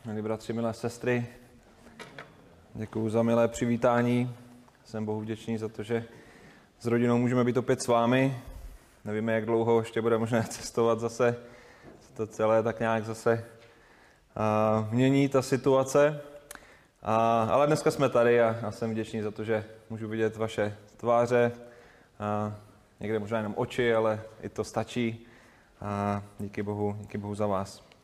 Milí bratři, milé sestry, děkuji za milé přivítání. Jsem Bohu vděčný za to, že s rodinou můžeme být opět s vámi. Nevíme, jak dlouho ještě bude možné cestovat zase. To celé tak nějak zase mění ta situace. Ale dneska jsme tady a jsem vděčný za to, že můžu vidět vaše tváře. Někde možná jenom oči, ale i to stačí. Díky Bohu za vás.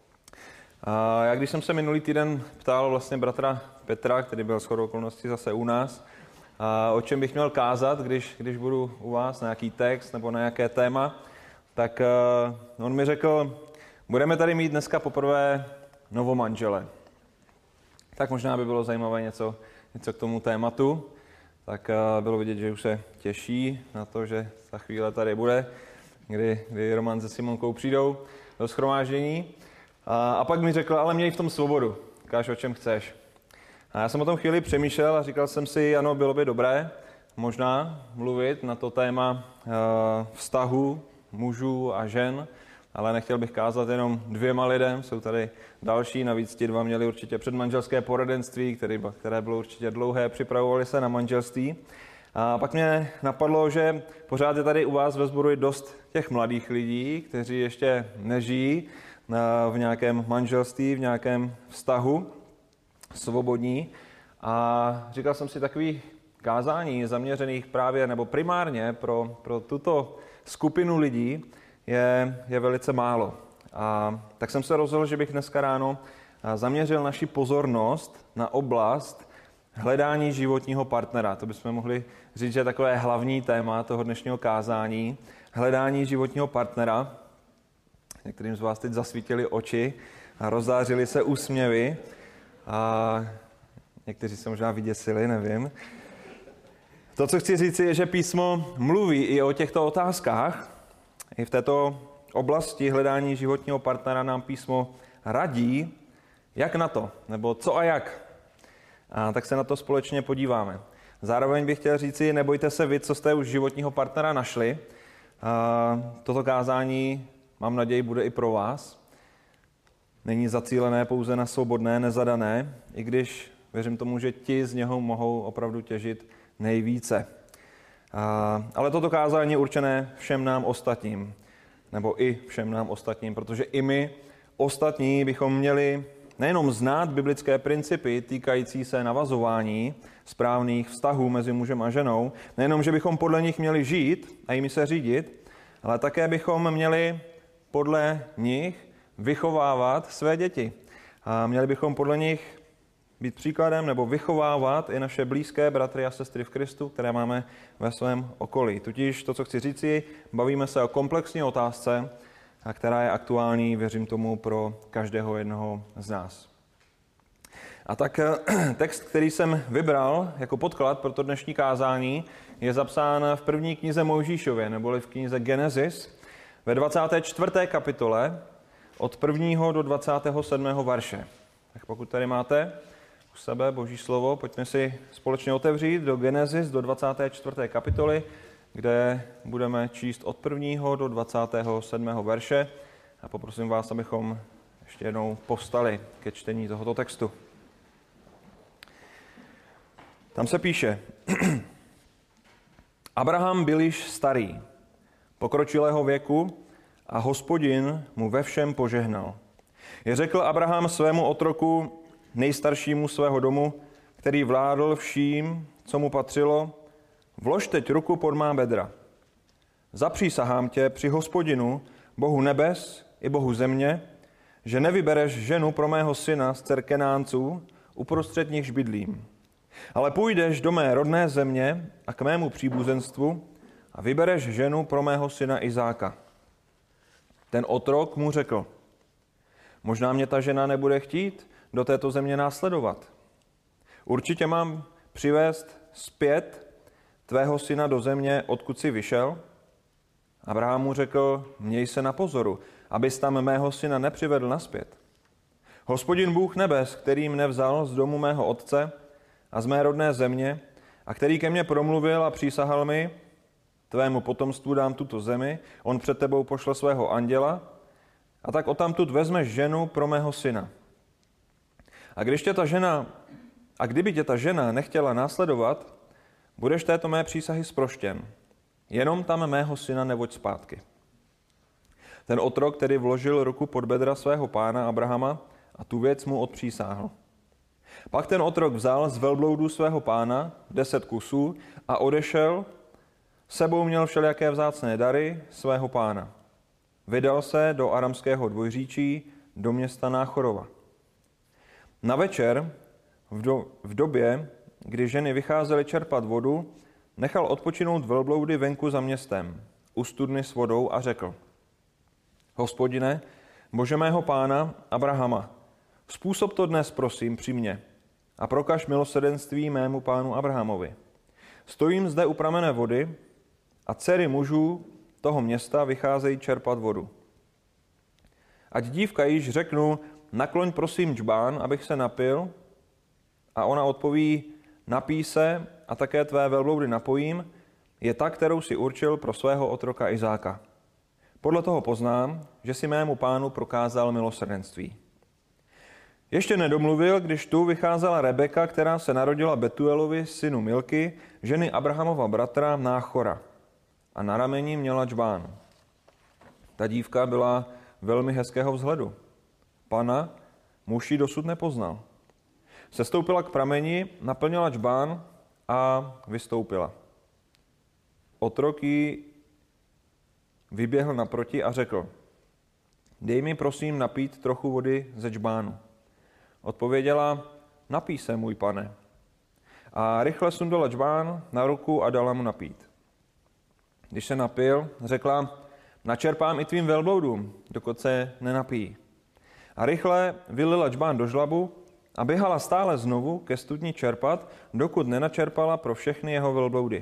Já když jsem se minulý týden ptal vlastně bratra Petra, který byl shodou okolností zase u nás, o čem bych měl kázat, když budu u vás, na nějaký text nebo na nějaké téma, tak on mi řekl, budeme tady mít dneska poprvé novomanžele. Tak možná by bylo zajímavé něco k tomu tématu. Tak bylo vidět, že už se těší na to, že za chvíle tady bude, kdy Roman se Simonkou přijdou do shromáždění. A pak mi řekl, ale měj v tom svobodu, káž o čem chceš. A já jsem o tom chvíli přemýšlel a říkal jsem si, ano, bylo by dobré možná mluvit na to téma vztahu mužů a žen, ale nechtěl bych kázat jenom 2 lidem, jsou tady další, navíc ti 2 měli určitě předmanželské poradenství, které bylo určitě dlouhé, připravovali se na manželství. A pak mě napadlo, že pořád je tady u vás ve sboru dost těch mladých lidí, kteří ještě nežijí v nějakém manželství, v nějakém vztahu svobodní. A říkal jsem si, takových kázání zaměřených právě nebo primárně pro tuto skupinu lidí je velice málo. A tak jsem se rozhodl, že bych dneska ráno zaměřil naši pozornost na oblast hledání životního partnera. To bychom mohli říct, že je takové hlavní téma toho dnešního kázání. Hledání životního partnera. Některým z vás teď zasvítily oči a rozzářily se úsměvy a někteří se možná vyděsili, nevím. To, co chci říct, je, že písmo mluví i o těchto otázkách. I v této oblasti hledání životního partnera nám písmo radí, jak na to, nebo co a jak. A tak se na to společně podíváme. Zároveň bych chtěl říci, nebojte se vy, co jste už životního partnera našli. Toto kázání, mám naději, bude i pro vás. Není zacílené pouze na svobodné, nezadané, i když věřím tomu, že ti z něho mohou opravdu těžit nejvíce. Ale toto kázání je určené všem nám ostatním, nebo i všem nám ostatním, protože i my ostatní bychom měli nejenom znát biblické principy týkající se navazování správných vztahů mezi mužem a ženou, nejenom, že bychom podle nich měli žít a jimi se řídit, ale také bychom měli podle nich vychovávat své děti. A měli bychom podle nich být příkladem nebo vychovávat i naše blízké bratry a sestry v Kristu, které máme ve svém okolí. Tudíž to, co chci říci, bavíme se o komplexní otázce, která je aktuální, věřím tomu, pro každého jednoho z nás. A tak text, který jsem vybral jako podklad pro to dnešní kázání, je zapsán v první knize Mojžíšově, neboli v knize Genesis, ve 24. kapitole od 1. do 27. verše. Tak pokud tady máte u sebe Boží slovo, pojďme si společně otevřít do Genesis, do 24. kapitoly, kde budeme číst od 1. do 27. verše. A poprosím vás, abychom ještě jednou povstali ke čtení tohoto textu. Tam se píše, Abraham byl již starý, pokročilého věku a Hospodin mu ve všem požehnal. Je řekl Abraham svému otroku, nejstaršímu svého domu, který vládl vším, co mu patřilo, vlož teď ruku pod má bedra. Zapřísahám tě při Hospodinu, Bohu nebes i Bohu země, že nevybereš ženu pro mého syna z dcer Kenánců, uprostřed nichž bydlím. Ale půjdeš do mé rodné země a k mému příbuzenstvu a vybereš ženu pro mého syna Izáka. Ten otrok mu řekl, možná mě ta žena nebude chtít do této země následovat. Určitě mám přivést zpět tvého syna do země, odkud jsi vyšel. Abraham mu řekl, měj se na pozoru, abys tam mého syna nepřivedl nazpět. Hospodin Bůh nebes, který mne vzal z domu mého otce a z mé rodné země a který ke mně promluvil a přísahal mi, tvému potomstvu dám tuto zemi, on před tebou pošle svého anděla a tak odtamtud vezmeš ženu pro mého syna. A kdyby tě ta žena nechtěla následovat, budeš této mé přísahy zproštěn. Jenom tam mého syna nevoď zpátky. Ten otrok tedy vložil ruku pod bedra svého pána Abrahama a tu věc mu odpřísáhl. Pak ten otrok vzal z velbloudů svého pána 10 kusů a odešel, sebou měl všelijaké vzácné dary svého pána. Vydal se do aramského dvojříčí, do města Náchorova. Na večer, v době, kdy ženy vycházely čerpat vodu, nechal odpočinout velbloudy venku za městem, u studny s vodou a řekl: Hospodine, Bože mého pána Abrahama, způsob to dnes, prosím, při mně a prokaž milosrdenství mému pánu Abrahamovi. Stojím zde u pramene vody a dcery mužů toho města vycházejí čerpat vodu. Ať dívka již řeknu, nakloň prosím džbán, abych se napil, a ona odpoví, napij se a také tvé velbloudy napojím, je ta, kterou si určil pro svého otroka Izáka. Podle toho poznám, že si mému pánu prokázal milosrdenství. Ještě nedomluvil, když tu vycházela Rebeka, která se narodila Betuelovi, synu Milky, ženy Abrahamova bratra Náchora, a na rameni měla džbán. Ta dívka byla velmi hezkého vzhledu. Pana muž ji dosud nepoznal. Sestoupila k prameni, naplnila džbán a vystoupila. Otrok jí vyběhl naproti a řekl: Dej mi prosím napít trochu vody ze džbánu. Odpověděla: Napij se, můj pane. A rychle sundala džbán na ruku a dala mu napít. Když se napil, řekla: Načerpám i tvým velbloudům, dokud se nenapijí. A rychle vylila džbán do žlabu a běhala stále znovu ke studni čerpat, dokud nenačerpala pro všechny jeho velbloudy.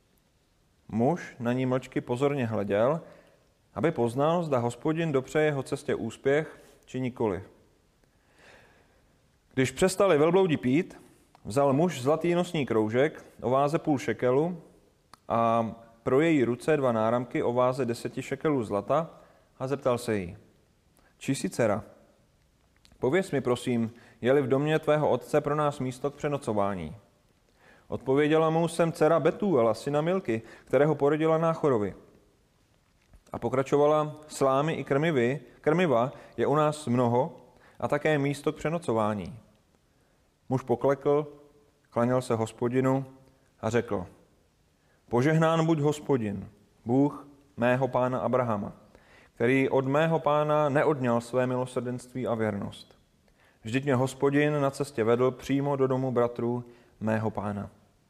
Muž na ní mlčky pozorně hleděl, aby poznal, zda Hospodin dopřeje jeho cestě úspěch, či nikoli. Když přestali velbloudi pít, vzal muž zlatý nosní kroužek o váze 0,5 šekelu a pro její ruce 2 náramky o váze 10 šekelů zlata a zeptal se jí: Čí jsi dcera? Pověz mi, prosím, je-li v domě tvého otce pro nás místo k přenocování. Odpověděla mu: Jsem dcera Betuela, syna Milky, kterého porodila Náchorovi. A pokračovala: Slámy i krmiva je u nás mnoho a také místo k přenocování. Muž poklekl, klaněl se Hospodinu a řekl: Požehnán buď Hospodin, Bůh mého pána Abrahama, který od mého pána neodňal své milosrdenství a věrnost. Vždyť mě Hospodin na cestě vedl přímo do domu bratrů mého pána.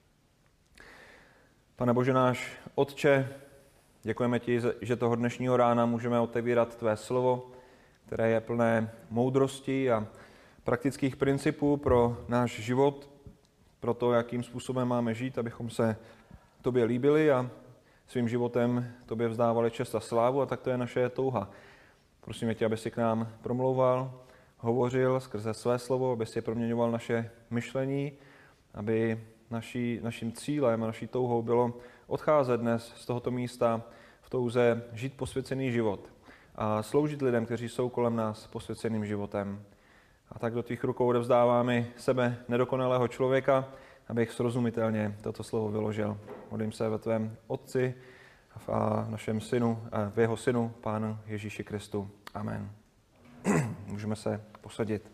Pane Bože náš Otče, děkujeme ti, že toho dnešního rána můžeme otevírat tvé slovo, které je plné moudrosti a praktických principů pro náš život, pro to, jakým způsobem máme žít, abychom se tobě líbili a svým životem tobě vzdávali čest a slávu, a tak to je naše touha. Prosíme tě, aby si k nám promlouval, hovořil skrze své slovo, aby si proměňoval naše myšlení, aby naším cílem a naší touhou bylo odcházet dnes z tohoto místa v touze žít posvěcený život a sloužit lidem, kteří jsou kolem nás posvěceným životem. A tak do tvých rukou odevzdáváme sebe nedokonalého člověka, abych srozumitelně toto slovo vyložil. Modlím se ve tvém Otci a našem synu, a v jeho synu, Pánu Ježíši Kristu. Amen. Můžeme se posadit.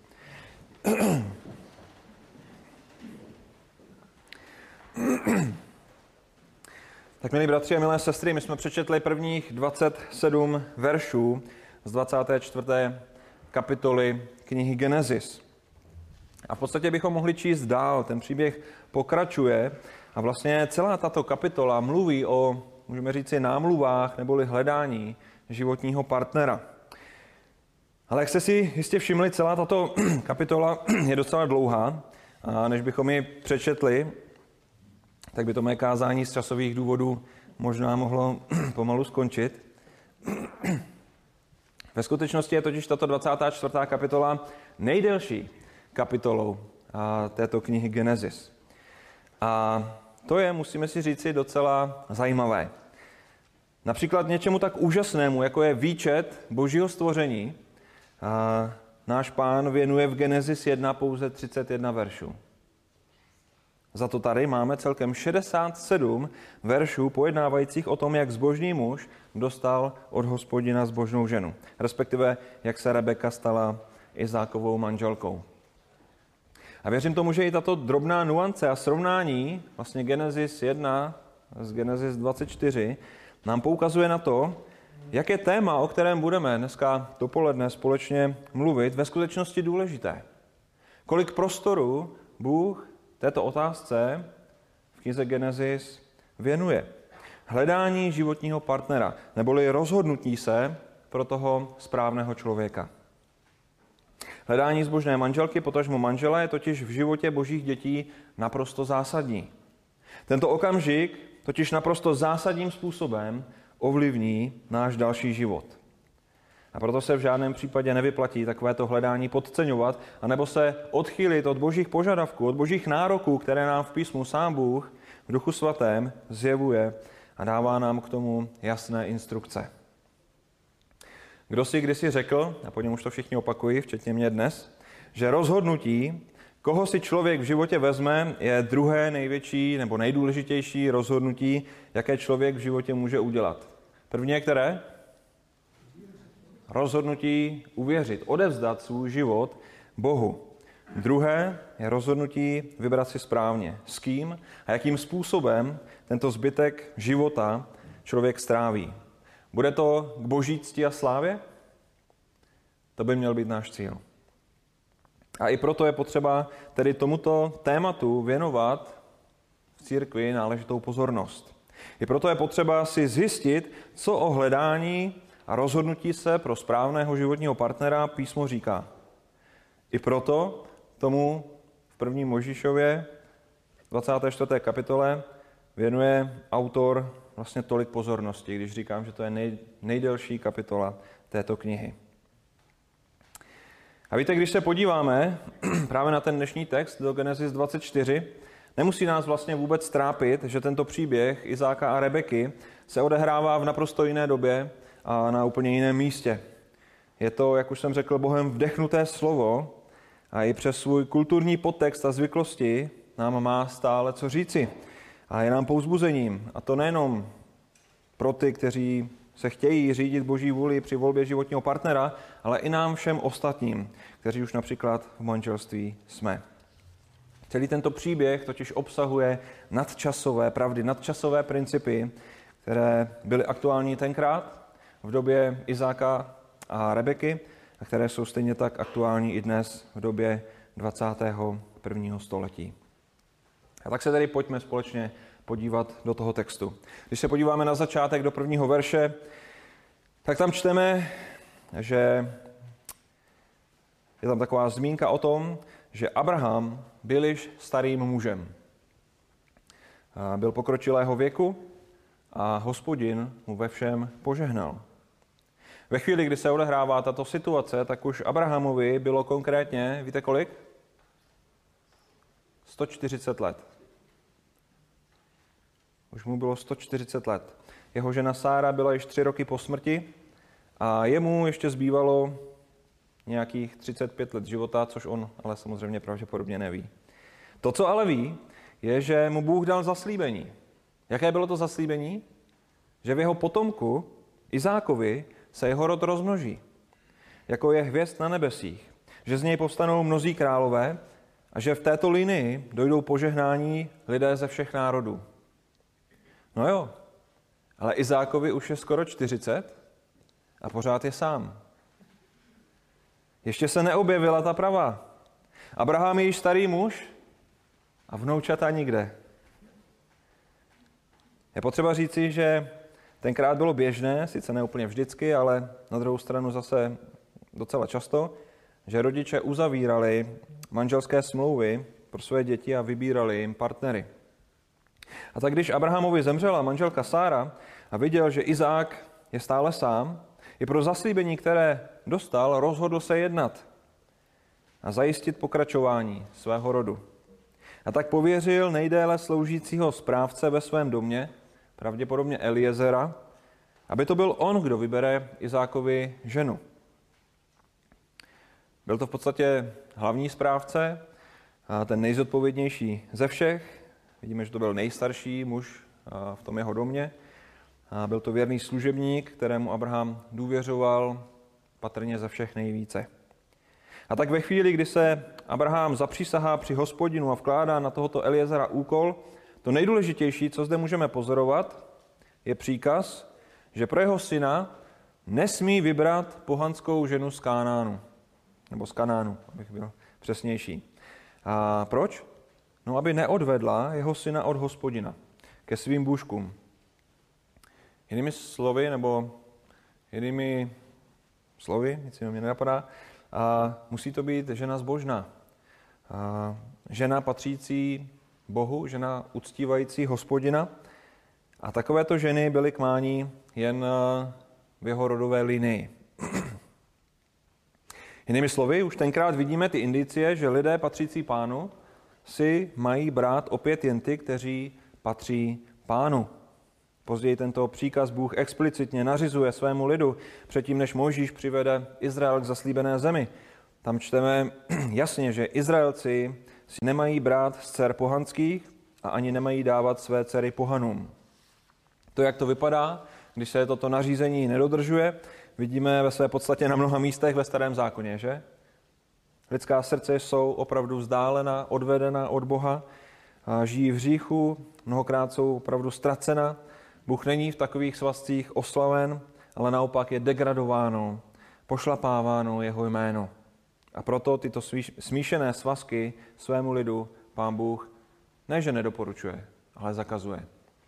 Tak, milí bratři a milé sestry, my jsme přečetli prvních 27 veršů z 24. kapitoly knihy Genesis. A v podstatě bychom mohli číst dál, ten příběh pokračuje a vlastně celá tato kapitola mluví o, můžeme říci, námluvách neboli hledání životního partnera. Ale jak jste si jistě všimli, celá tato kapitola je docela dlouhá a než bychom ji přečetli, tak by to mé kázání z časových důvodů možná mohlo pomalu skončit. Ve skutečnosti je totiž tato 24. kapitola nejdelší kapitolou této knihy Genesis. A to je, musíme si říci, docela zajímavé. Například něčemu tak úžasnému, jako je výčet božího stvoření, náš Pán věnuje v Genesis 1 pouze 31 veršů. Za to tady máme celkem 67 veršů pojednávajících o tom, jak zbožný muž dostal od Hospodina zbožnou ženu. Respektive, jak se Rebeka stala Izákovou manželkou. A věřím tomu, že i tato drobná nuance a srovnání, vlastně Genesis 1 z Genesis 24, nám poukazuje na to, jaké téma, o kterém budeme dneska dopoledne společně mluvit, ve skutečnosti důležité. Kolik prostoru Bůh této otázce v knize Genesis věnuje. Hledání životního partnera, neboli rozhodnutí se pro toho správného člověka. Hledání zbožné manželky, potažmo manžela, je totiž v životě božích dětí naprosto zásadní. Tento okamžik totiž naprosto zásadním způsobem ovlivní náš další život. A proto se v žádném případě nevyplatí takovéto hledání podceňovat, anebo se odchýlit od božích požadavků, od božích nároků, které nám v písmu sám Bůh v Duchu Svatém zjevuje a dává nám k tomu jasné instrukce. Kdo si kdysi řekl, a po něm už to všichni opakují, včetně mě dnes, že rozhodnutí, koho si člověk v životě vezme, je druhé největší nebo nejdůležitější rozhodnutí, jaké člověk v životě může udělat. První je které? Rozhodnutí uvěřit, odevzdat svůj život Bohu. Druhé je rozhodnutí vybrat si správně, s kým a jakým způsobem tento zbytek života člověk stráví. Bude to k boží cti a slávě? To by měl být náš cíl. A i proto je potřeba tedy tomuto tématu věnovat v církvi náležitou pozornost. I proto je potřeba si zjistit, co o hledání a rozhodnutí se pro správného životního partnera písmo říká. I proto tomu v 1. Mojžíšově 24. kapitole věnuje autor vlastně tolik pozornosti, když říkám, že to je nejdelší kapitola této knihy. A víte, když se podíváme právě na ten dnešní text do Genesis 24, nemusí nás vlastně vůbec trápit, že tento příběh Izáka a Rebeky se odehrává v naprosto jiné době a na úplně jiném místě. Je to, jak už jsem řekl, Bohem vdechnuté slovo a i přes svůj kulturní podtext a zvyklosti nám má stále co říci. A je nám povzbuzením. A to nejenom pro ty, kteří se chtějí řídit boží vůli při volbě životního partnera, ale i nám všem ostatním, kteří už například v manželství jsme. Celý tento příběh totiž obsahuje nadčasové pravdy, nadčasové principy, které byly aktuální tenkrát v době Izáka a Rebeky a které jsou stejně tak aktuální i dnes v době 21. století. A tak se tedy pojďme společně podívat do toho textu. Když se podíváme na začátek do 1. verše, tak tam čteme, že je tam taková zmínka o tom, že Abraham byl již starým mužem. Byl pokročilého věku a Hospodin mu ve všem požehnal. Ve chvíli, kdy se odehrává tato situace, tak už Abrahamovi bylo konkrétně, víte kolik? 140 let. Už mu bylo 140 let. Jeho žena Sára byla již 3 roky po smrti a jemu ještě zbývalo nějakých 35 let života, což on ale samozřejmě pravděpodobně neví. To, co ale ví, je, že mu Bůh dal zaslíbení. Jaké bylo to zaslíbení? Že v jeho potomku Izákovi se jeho rod rozmnoží, jako je hvězd na nebesích, že z něj povstanou mnozí králové a že v této linii dojdou požehnání lidé ze všech národů. No jo, ale Izákovi už je skoro 40 a pořád je sám. Ještě se neobjevila ta pravá. Abraham je již starý muž a vnoučata nikde. Je potřeba říci, že tenkrát bylo běžné, sice ne úplně vždycky, ale na druhou stranu zase docela často, že rodiče uzavírali manželské smlouvy pro své děti a vybírali jim partnery. A tak když Abrahamovi zemřela manželka Sára a viděl, že Izák je stále sám, i pro zaslíbení, které dostal, rozhodl se jednat a zajistit pokračování svého rodu. A tak pověřil nejdéle sloužícího správce ve svém domě, pravděpodobně Eliezera, aby to byl on, kdo vybere Izákovi ženu. Byl to v podstatě hlavní správce, ten nejzodpovědnější ze všech. Vidíme, že to byl nejstarší muž v tom jeho domě. Byl to věrný služebník, kterému Abraham důvěřoval patrně ze všech nejvíce. A tak ve chvíli, kdy se Abraham zapřísahá při Hospodinu a vkládá na tohoto Eliezera úkol, to nejdůležitější, co zde můžeme pozorovat, je příkaz, že pro jeho syna nesmí vybrat pohanskou ženu z Kánánu, nebo z Kanánu, abych byl přesnější. A proč? No, aby neodvedla jeho syna od Hospodina ke svým bůžkům. Jinými slovy, nic jiného mě nenapadá, musí to být žena zbožná. Žena patřící Bohu, žena uctívající Hospodina. A takovéto ženy byly k mání jen v jeho rodové linii. Jinými slovy, už tenkrát vidíme ty indicie, že lidé patřící Pánu si mají brát opět jen ty, kteří patří Pánu. Později tento příkaz Bůh explicitně nařizuje svému lidu předtím, než Mojžíš přivede Izrael k zaslíbené zemi. Tam čteme jasně, že Izraelci si nemají brát z dcer pohanských a ani nemají dávat své dcery pohanům. To, jak to vypadá, když se toto nařízení nedodržuje, vidíme ve své podstatě na mnoha místech ve Starém zákoně, že? Lidská srdce jsou opravdu vzdálena, odvedena od Boha, žijí v hříchu, mnohokrát jsou opravdu ztracena. Bůh není v takových svazcích oslaven, ale naopak je degradováno, pošlapáváno jeho jméno. A proto tyto smíšené svazky svému lidu Pán Bůh ne, že nedoporučuje, ale zakazuje.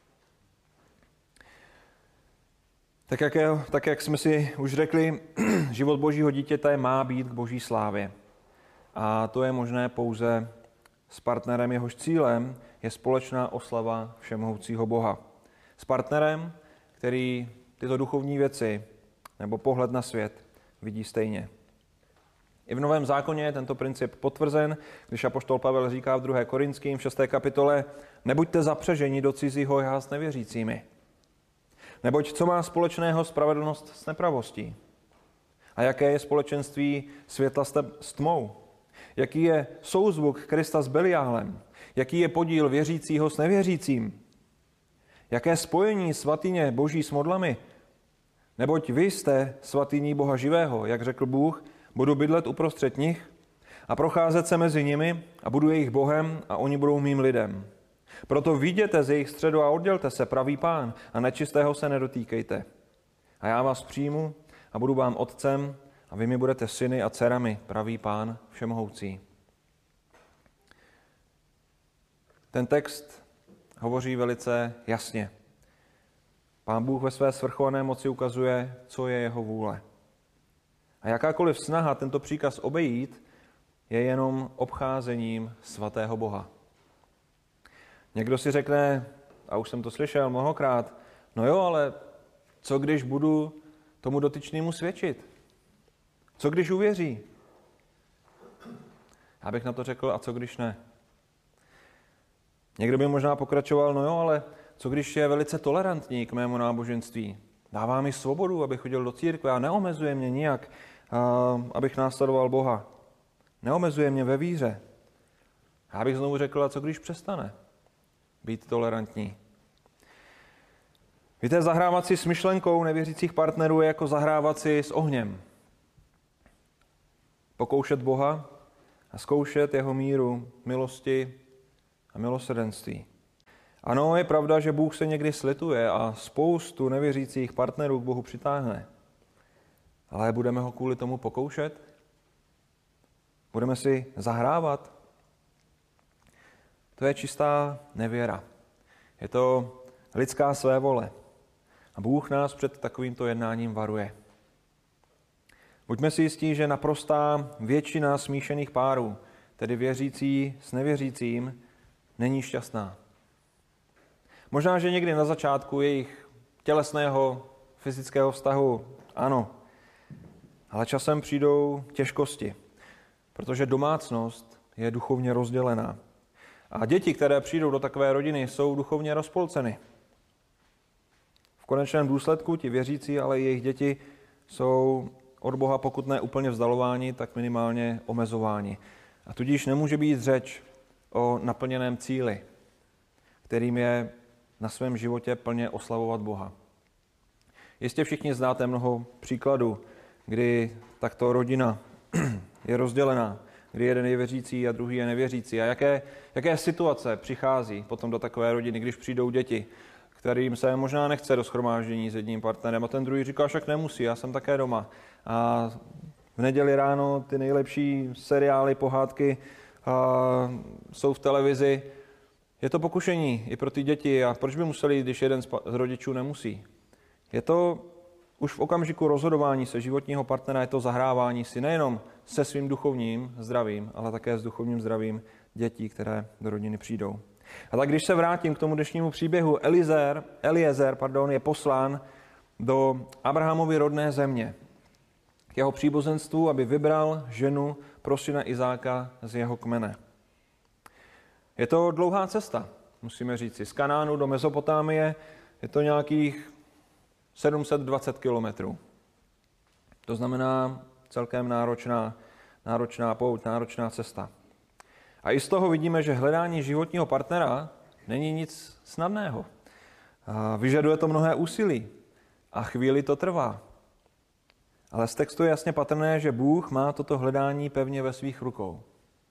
Tak jak jsme si už řekli, život Božího dítěte má být k Boží slávě. A to je možné pouze s partnerem, jehož cílem je společná oslava všemohoucího Boha. S partnerem, který tyto duchovní věci nebo pohled na svět vidí stejně. I v Novém zákoně je tento princip potvrzen, když apoštol Pavel říká v 2. Korinským v 6. kapitole: nebuďte zapřeženi do cizího jaha s nevěřícími. Neboť co má společného spravedlnost s nepravostí? A jaké je společenství světla s tmou? Jaký je souzvuk Krista s Beliálem? Jaký je podíl věřícího s nevěřícím? Jaké spojení svatyně Boží s modlami? Neboť vy jste svatyní Boha živého, jak řekl Bůh, budu bydlet uprostřed nich a procházet se mezi nimi a budu jejich Bohem a oni budou mým lidem. Proto vyjděte z jejich středu a oddělte se, pravý Pán, a nečistého se nedotýkejte. A já vás přijmu a budu vám otcem a vy mi budete syny a dcerami, pravý Pán všemohoucí. Ten text hovoří velice jasně. Pán Bůh ve své svrchované moci ukazuje, co je jeho vůle. A jakákoliv snaha tento příkaz obejít je jenom obcházením svatého Boha. Někdo si řekne, a už jsem to slyšel mnohokrát, no jo, ale co když budu tomu dotyčnému svědčit? Co když uvěří? Já bych na to řekl, a co když ne? Někdo by možná pokračoval, no jo, ale co když je velice tolerantní k mému náboženství? Dává mi svobodu, abych chodil do církve a neomezuje mě nijak, abych následoval Boha. Neomezuje mě ve víře. Já bych znovu řekl, a co když přestane být tolerantní? Víte, zahrávat si s myšlenkou nevěřících partnerů je jako zahrávat si s ohněm. Pokoušet Boha a zkoušet jeho míru milosti a milosrdenství. Ano, je pravda, že Bůh se někdy slituje a spoustu nevěřících partnerů k Bohu přitáhne. Ale budeme ho kvůli tomu pokoušet? Budeme si zahrávat? To je čistá nevěra. Je to lidská svévole. A Bůh nás před takovýmto jednáním varuje. Buďme si jistí, že naprostá většina smíšených párů, tedy věřící s nevěřícím, není šťastná. Možná, že někdy na začátku jejich tělesného, fyzického vztahu, ano, ale časem přijdou těžkosti, protože domácnost je duchovně rozdělená. A děti, které přijdou do takové rodiny, jsou duchovně rozpolceny. V konečném důsledku ti věřící, ale i jejich děti jsou od Boha pokud ne úplně vzdalování, tak minimálně omezování. A tudíž nemůže být řeč o naplněném cíli, kterým je na svém životě plně oslavovat Boha. Jistě všichni znáte mnoho příkladů, kdy takto rodina je rozdělená, kdy jeden je věřící a druhý je nevěřící. A jaké situace přichází potom do takové rodiny, když přijdou děti, kterým se možná nechce do shromáždění s jedním partnerem a ten druhý říká, však nemusí, já jsem také doma. A v neděli ráno ty nejlepší seriály, pohádky jsou v televizi. Je to pokušení i pro ty děti a proč by museli, když jeden z rodičů nemusí? Je to už v okamžiku rozhodování se životního partnera, je to zahrávání si nejenom se svým duchovním zdravím, ale také s duchovním zdravím dětí, které do rodiny přijdou. A tak když se vrátím k tomu dnešnímu příběhu, Eliezer je poslán do Abrahamovy rodné země, k jeho příbuzenstvu, aby vybral ženu pro syna Izáka z jeho kmene. Je to dlouhá cesta, musíme říci. Z Kanánu do Mezopotámie je to nějakých 720 kilometrů. To znamená celkem náročná pouť, náročná cesta. A i z toho vidíme, že hledání životního partnera není nic snadného. Vyžaduje to mnohé úsilí a chvíli to trvá. Ale z textu je jasně patrné, že Bůh má toto hledání pevně ve svých rukou.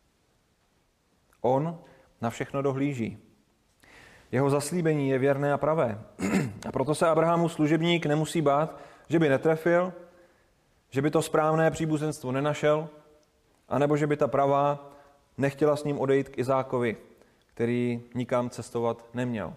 On na všechno dohlíží. Jeho zaslíbení je věrné a pravé. A proto se Abrahamův služebník nemusí bát, že by netrefil, že by to správné příbuzenstvo nenašel, anebo že by ta pravá nechtěla s ním odejít k Izákovi, který nikam cestovat neměl.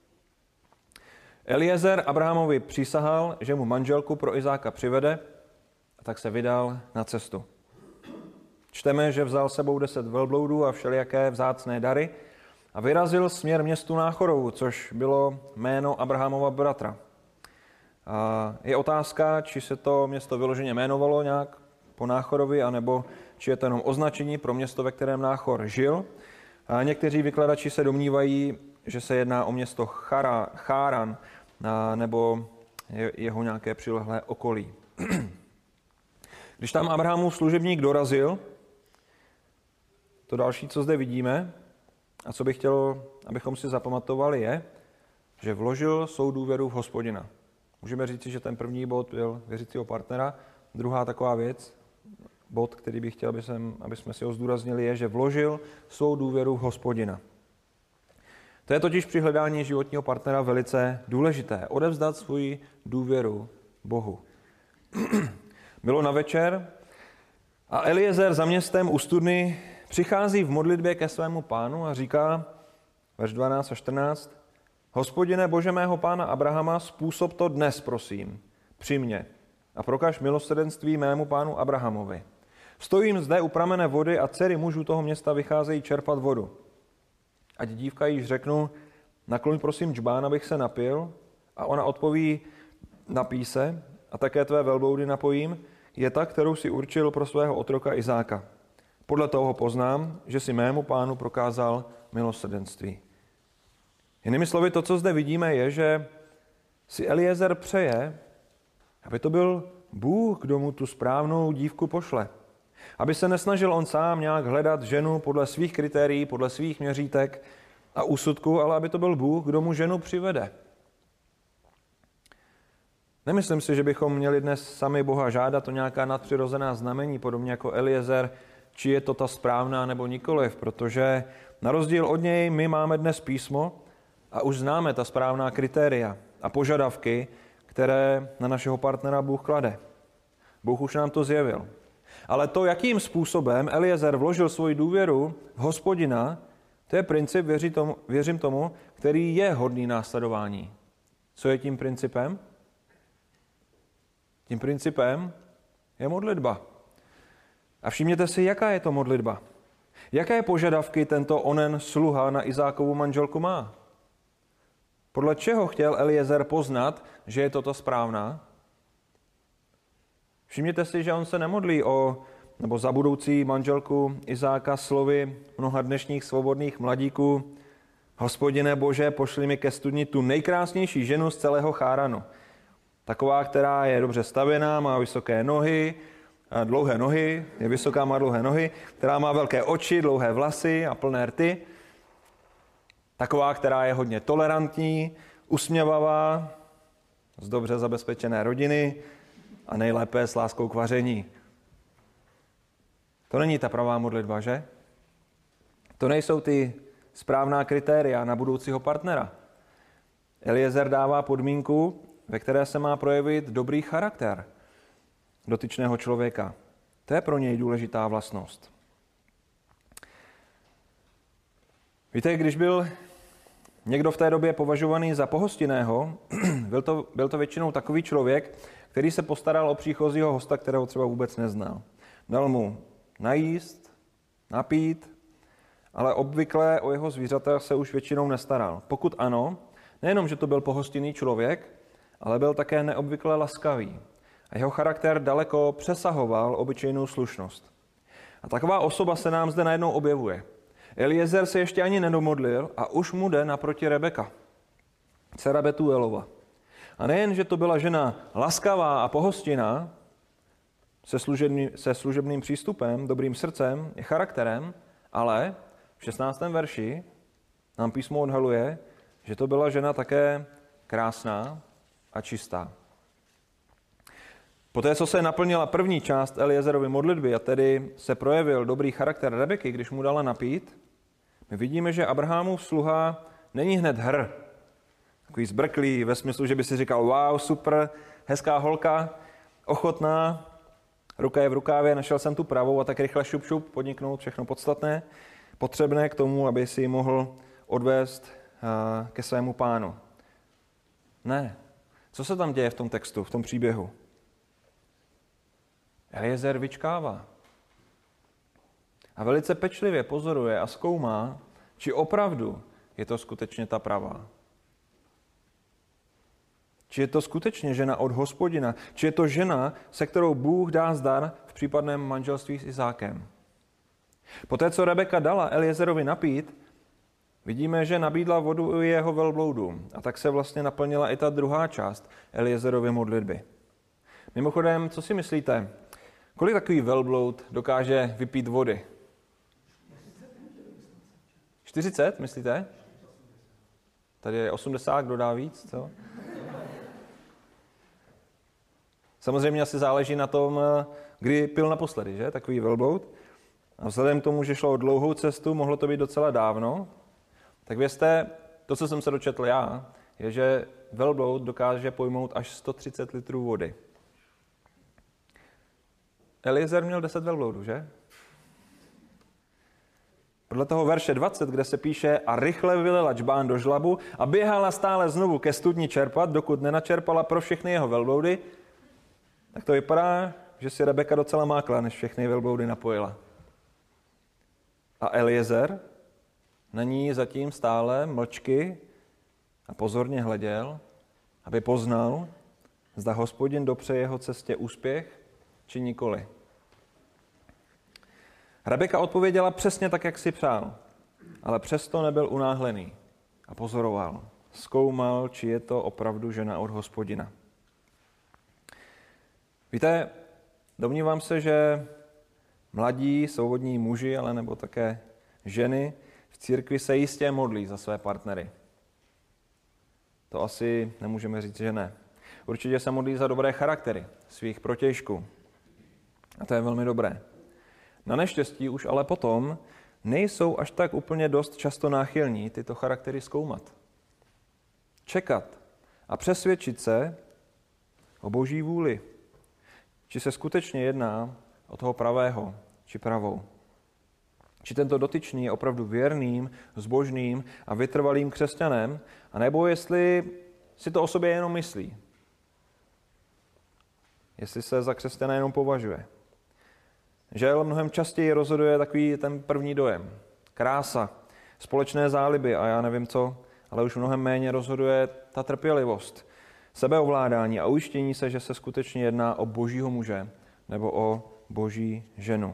Eliezer Abrahamovi přísahal, že mu manželku pro Izáka přivede, a tak se vydal na cestu. Čteme, že vzal sebou 10 velbloudů a všelijaké vzácné dary a vyrazil směr městu Náchorovu, což bylo jméno Abrahamova bratra. A je otázka, či se to město vyloženě jmenovalo nějak po Náchorovi, anebo či je to jenom označení pro město, ve kterém Náchor žil. A někteří vykladači se domnívají, že se jedná o město Cháran nebo jeho nějaké přilehlé okolí. Když tam Abrahamův služebník dorazil, to další, co zde vidíme, a co bych chtěl, abychom si zapamatovali, je, že vložil svou důvěru v Hospodina. Můžeme říct, že ten první bod byl věřícího partnera. Druhá taková věc, bod, který bych chtěl, aby jsme si ho zdůraznili, je, že vložil svou důvěru v Hospodina. To je totiž při hledání životního partnera velice důležité. Odevzdat svoji důvěru Bohu. Bylo na večer a Eliezer za městem u studny přichází v modlitbě ke svému pánu a říká, verš 12 a 14, Hospodine Bože mého pána Abrahama, způsob to dnes, prosím, při mně a prokaž milosrdenství mému pánu Abrahamovi. Stojím zde u pramene vody a dcery mužů toho města vycházejí čerpat vodu. Ať dívka již řeknu, nakloň prosím džbán, abych se napil, a ona odpoví, napij se, a také tvé velbloudy napojím, je ta, kterou si určil pro svého otroka Izáka. Podle toho poznám, že si mému pánu prokázal milosrdenství. Jinými slovy, to, co zde vidíme, je, že si Eliezer přeje, aby to byl Bůh, kdo mu tu správnou dívku pošle. Aby se nesnažil on sám nějak hledat ženu podle svých kritérií, podle svých měřítek a úsudků, ale aby to byl Bůh, kdo mu ženu přivede. Nemyslím si, že bychom měli dnes sami Boha žádat o nějaká nadpřirozená znamení, podobně jako Eliezer, či je to ta správná nebo nikoliv, protože na rozdíl od něj my máme dnes písmo a už známe ta správná kritéria a požadavky, které na našeho partnera Bůh klade. Bůh už nám to zjevil. Ale to, jakým způsobem Eliezer vložil svoji důvěru v Hospodina, to je princip, věřím tomu, který je hodný následování. Co je tím principem? Tím principem je modlitba. A všimněte si, jaká je to modlitba. Jaké požadavky tento onen sluha na Izákovu manželku má? Podle čeho chtěl Eliezer poznat, že je toto správná? Všimněte si, že on se nemodlí nebo za budoucí manželku Izáka slovy mnoha dnešních svobodných mladíků. Hospodine Bože, pošli mi ke studni tu nejkrásnější ženu z celého Cháranu. Taková, která je dobře stavěná, má vysoké nohy, dlouhé nohy, je vysoká, má dlouhé nohy, která má velké oči, dlouhé vlasy a plné rty. Taková, která je hodně tolerantní, usměvavá, z dobře zabezpečené rodiny a nejlépe s láskou k vaření. To není ta pravá modlitba, že? To nejsou ty správná kritéria na budoucího partnera. Eliezer dává podmínku, ve které se má projevit dobrý charakter dotyčného člověka. To je pro něj důležitá vlastnost. Víte, když byl někdo v té době považovaný za pohostinného, byl to většinou takový člověk, který se postaral o příchozího hosta, kterého třeba vůbec neznal. Dal mu najíst, napít, ale obvykle o jeho zvířata se už většinou nestaral. Pokud ano, nejenom, že to byl pohostinný člověk, ale byl také neobvykle laskavý. A jeho charakter daleko přesahoval obyčejnou slušnost. A taková osoba se nám zde najednou objevuje. Eliezer se ještě ani nedomodlil a už mu jde naproti Rebeka, dcera Betuelova. A nejen, že to byla žena laskavá a pohostinná, se služebným přístupem, dobrým srdcem i charakterem, ale v 16. verši nám písmo odhaluje, že to byla žena také krásná a čistá. Poté, co se naplnila první část Eliezerovy modlitby a tedy se projevil dobrý charakter Rebeky, když mu dala napít, my vidíme, že Abrahamův sluha není hned takový zbrklý ve smyslu, že by si říkal wow, super, hezká holka, ochotná, ruka je v rukávě, našel jsem tu pravou a tak rychle šup podniknout všechno podstatné, potřebné k tomu, aby si ji mohl odvést ke svému pánu. Ne. Co se tam děje v tom textu, v tom příběhu? Eliezer vyčkává. A velice pečlivě pozoruje a zkoumá, či opravdu je to skutečně ta pravá. Či je to skutečně žena od Hospodina, či je to žena, se kterou Bůh dá zdar v případném manželství s Izákem. Poté, co Rebeka dala Eliezerovi napít, vidíme, že nabídla vodu i jeho velbloudům. A tak se vlastně naplnila i ta druhá část Eliezerovy modlitby. Mimochodem, co si myslíte? Kolik takový velbloud dokáže vypít vody? 40, myslíte? Tady je 80, kdo dá víc, co? Samozřejmě asi záleží na tom, kdy pil naposledy, že? Takový velbloud. A vzhledem k tomu, že šlo o dlouhou cestu, mohlo to být docela dávno, tak vězte, to, co jsem se dočetl já, je, že velbloud dokáže pojmout až 130 litrů vody. Eliezer měl 10 velbloudů, že? Podle toho verše 20, kde se píše a rychle vylila džbán do žlabu a běhala stále znovu ke studni čerpat, dokud nenačerpala pro všechny jeho velbloudy, tak to vypadá, že si Rebeka docela mákla, než všechny velbloudy napojila. A Eliezer na ní zatím stále mlčky a pozorně hleděl, aby poznal, zda Hospodin dopře jeho cestě úspěch, či nikoli. Rebeka odpověděla přesně tak, jak si přál, ale přesto nebyl unáhlený a pozoroval. Zkoumal, či je to opravdu žena od Hospodina. Víte, domnívám se, že mladí, svobodní muži, ale nebo také ženy v církvi se jistě modlí za své partnery. To asi nemůžeme říct, že ne. Určitě se modlí za dobré charaktery svých protějšků. A to je velmi dobré. Na neštěstí už ale potom nejsou až tak úplně dost často náchylní tyto charaktery zkoumat. Čekat a přesvědčit se o Boží vůli. Či se skutečně jedná o toho pravého, či pravou. Či tento dotyčný je opravdu věrným, zbožným a vytrvalým křesťanem, anebo jestli si to o sobě jenom myslí. Jestli se za křesťana jenom považuje. Žel mnohem častěji rozhoduje takový ten první dojem. Krása, společné záliby a já nevím co, ale už mnohem méně rozhoduje ta trpělivost, sebeovládání a ujištění se, že se skutečně jedná o Božího muže nebo o Boží ženu.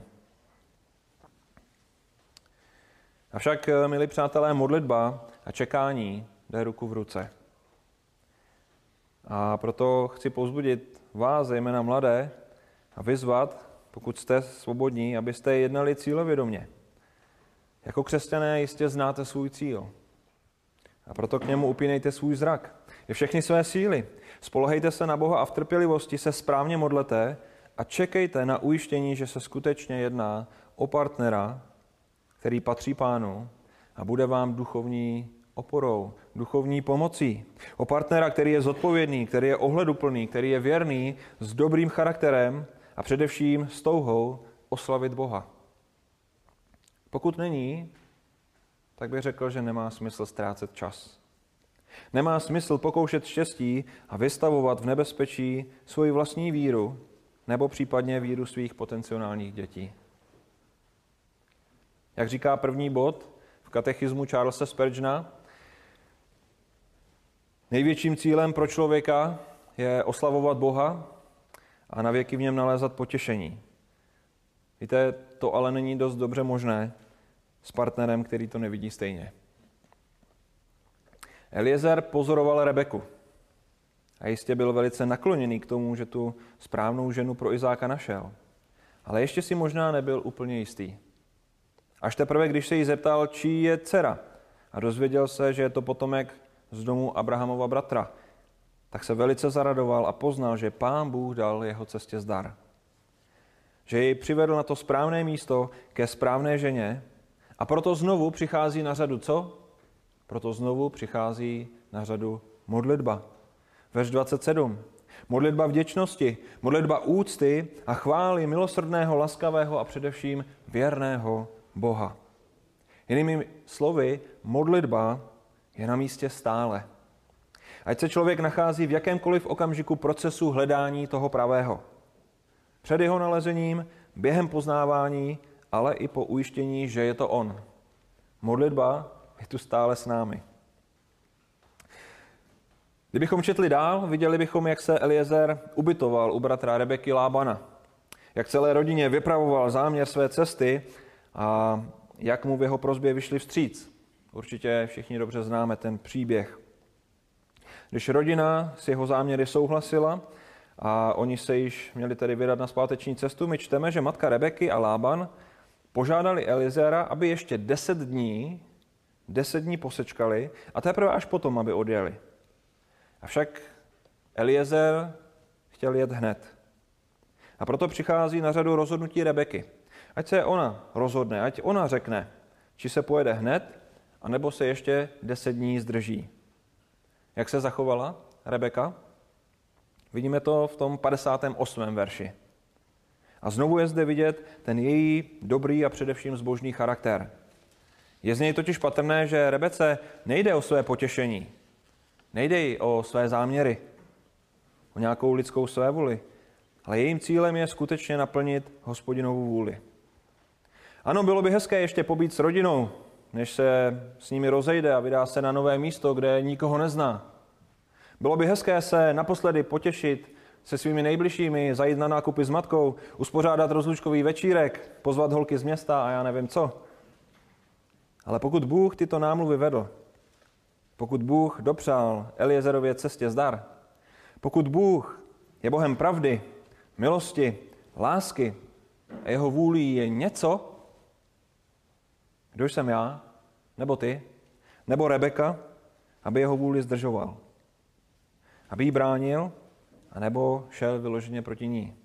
Avšak, milí přátelé, modlitba a čekání jde ruku v ruce. A proto chci povzbudit vás, zejména mladé, a vyzvat, pokud jste svobodní, abyste jednali cílevědomě. Jako křesťané jistě znáte svůj cíl. A proto k němu upínejte svůj zrak. I všechny své síly. Spolehejte se na Boha a v trpělivosti se správně modlete a čekejte na ujištění, že se skutečně jedná o partnera, který patří Pánu a bude vám duchovní oporou, duchovní pomocí. O partnera, který je zodpovědný, který je ohleduplný, který je věrný, s dobrým charakterem a především s touhou oslavit Boha. Pokud není, tak bych řekl, že nemá smysl ztrácet čas. Nemá smysl pokoušet štěstí a vystavovat v nebezpečí svoji vlastní víru nebo případně víru svých potenciálních dětí. Jak říká první bod v katechismu Charlesa Spurgeona, největším cílem pro člověka je oslavovat Boha a na věky v něm nalézat potěšení. Víte, to ale není dost dobře možné s partnerem, který to nevidí stejně. Eliezer pozoroval Rebeku a jistě byl velice nakloněný k tomu, že tu správnou ženu pro Izáka našel. Ale ještě si možná nebyl úplně jistý. Až teprve, když se jí zeptal, čí je dcera a dozvěděl se, že je to potomek z domu Abrahamova bratra, tak se velice zaradoval a poznal, že Pán Bůh dal jeho cestě zdar. Že jej přivedl na to správné místo ke správné ženě a proto znovu přichází na řadu co? Proto znovu přichází na řadu modlitba. Verš 27. Modlitba vděčnosti, modlitba úcty a chvály milosrdného, laskavého a především věrného Boha. Jinými slovy, modlitba je na místě stále. Ať se člověk nachází v jakémkoliv okamžiku procesu hledání toho pravého. Před jeho nalezením, během poznávání, ale i po ujištění, že je to on. Modlitba je tu stále s námi. Kdybychom četli dál, viděli bychom, jak se Eliezer ubytoval u bratra Rebeky Lábana. Jak celé rodině vypravoval záměr své cesty a jak mu v jeho prosbě vyšli vstříc. Určitě všichni dobře známe ten příběh. Když rodina s jeho záměry souhlasila a oni se již měli tedy vydat na zpáteční cestu, my čteme, že matka Rebeky a Lában požádali Eliezera, aby ještě 10 dní posečkali a teprve až potom, aby odjeli. Avšak Eliezer chtěl jet hned. A proto přichází na řadu rozhodnutí Rebeky. Ať se ona rozhodne, ať ona řekne, či se pojede hned, anebo se ještě 10 dní zdrží. Jak se zachovala Rebeka? Vidíme to v tom 58. verši. A znovu je zde vidět ten její dobrý a především zbožný charakter. Je z něj totiž patrné, že Rebece nejde o své potěšení, nejde jí o své záměry, o nějakou lidskou svévoli, ale jejím cílem je skutečně naplnit Hospodinovu vůli. Ano, bylo by hezké ještě pobít s rodinou, než se s nimi rozejde a vydá se na nové místo, kde nikoho nezná. Bylo by hezké se naposledy potěšit se svými nejbližšími, zajít na nákupy s matkou, uspořádat rozlučkový večírek, pozvat holky z města a já nevím co. Ale pokud Bůh tyto námluvy vedl, pokud Bůh dopřál Eliezerově cestě zdar, pokud Bůh je Bohem pravdy, milosti, lásky a jeho vůlí je něco, kdo jsem já, nebo ty, nebo Rebeka, aby jeho vůli zdržoval, aby jí bránil, anebo šel vyloženě proti ní.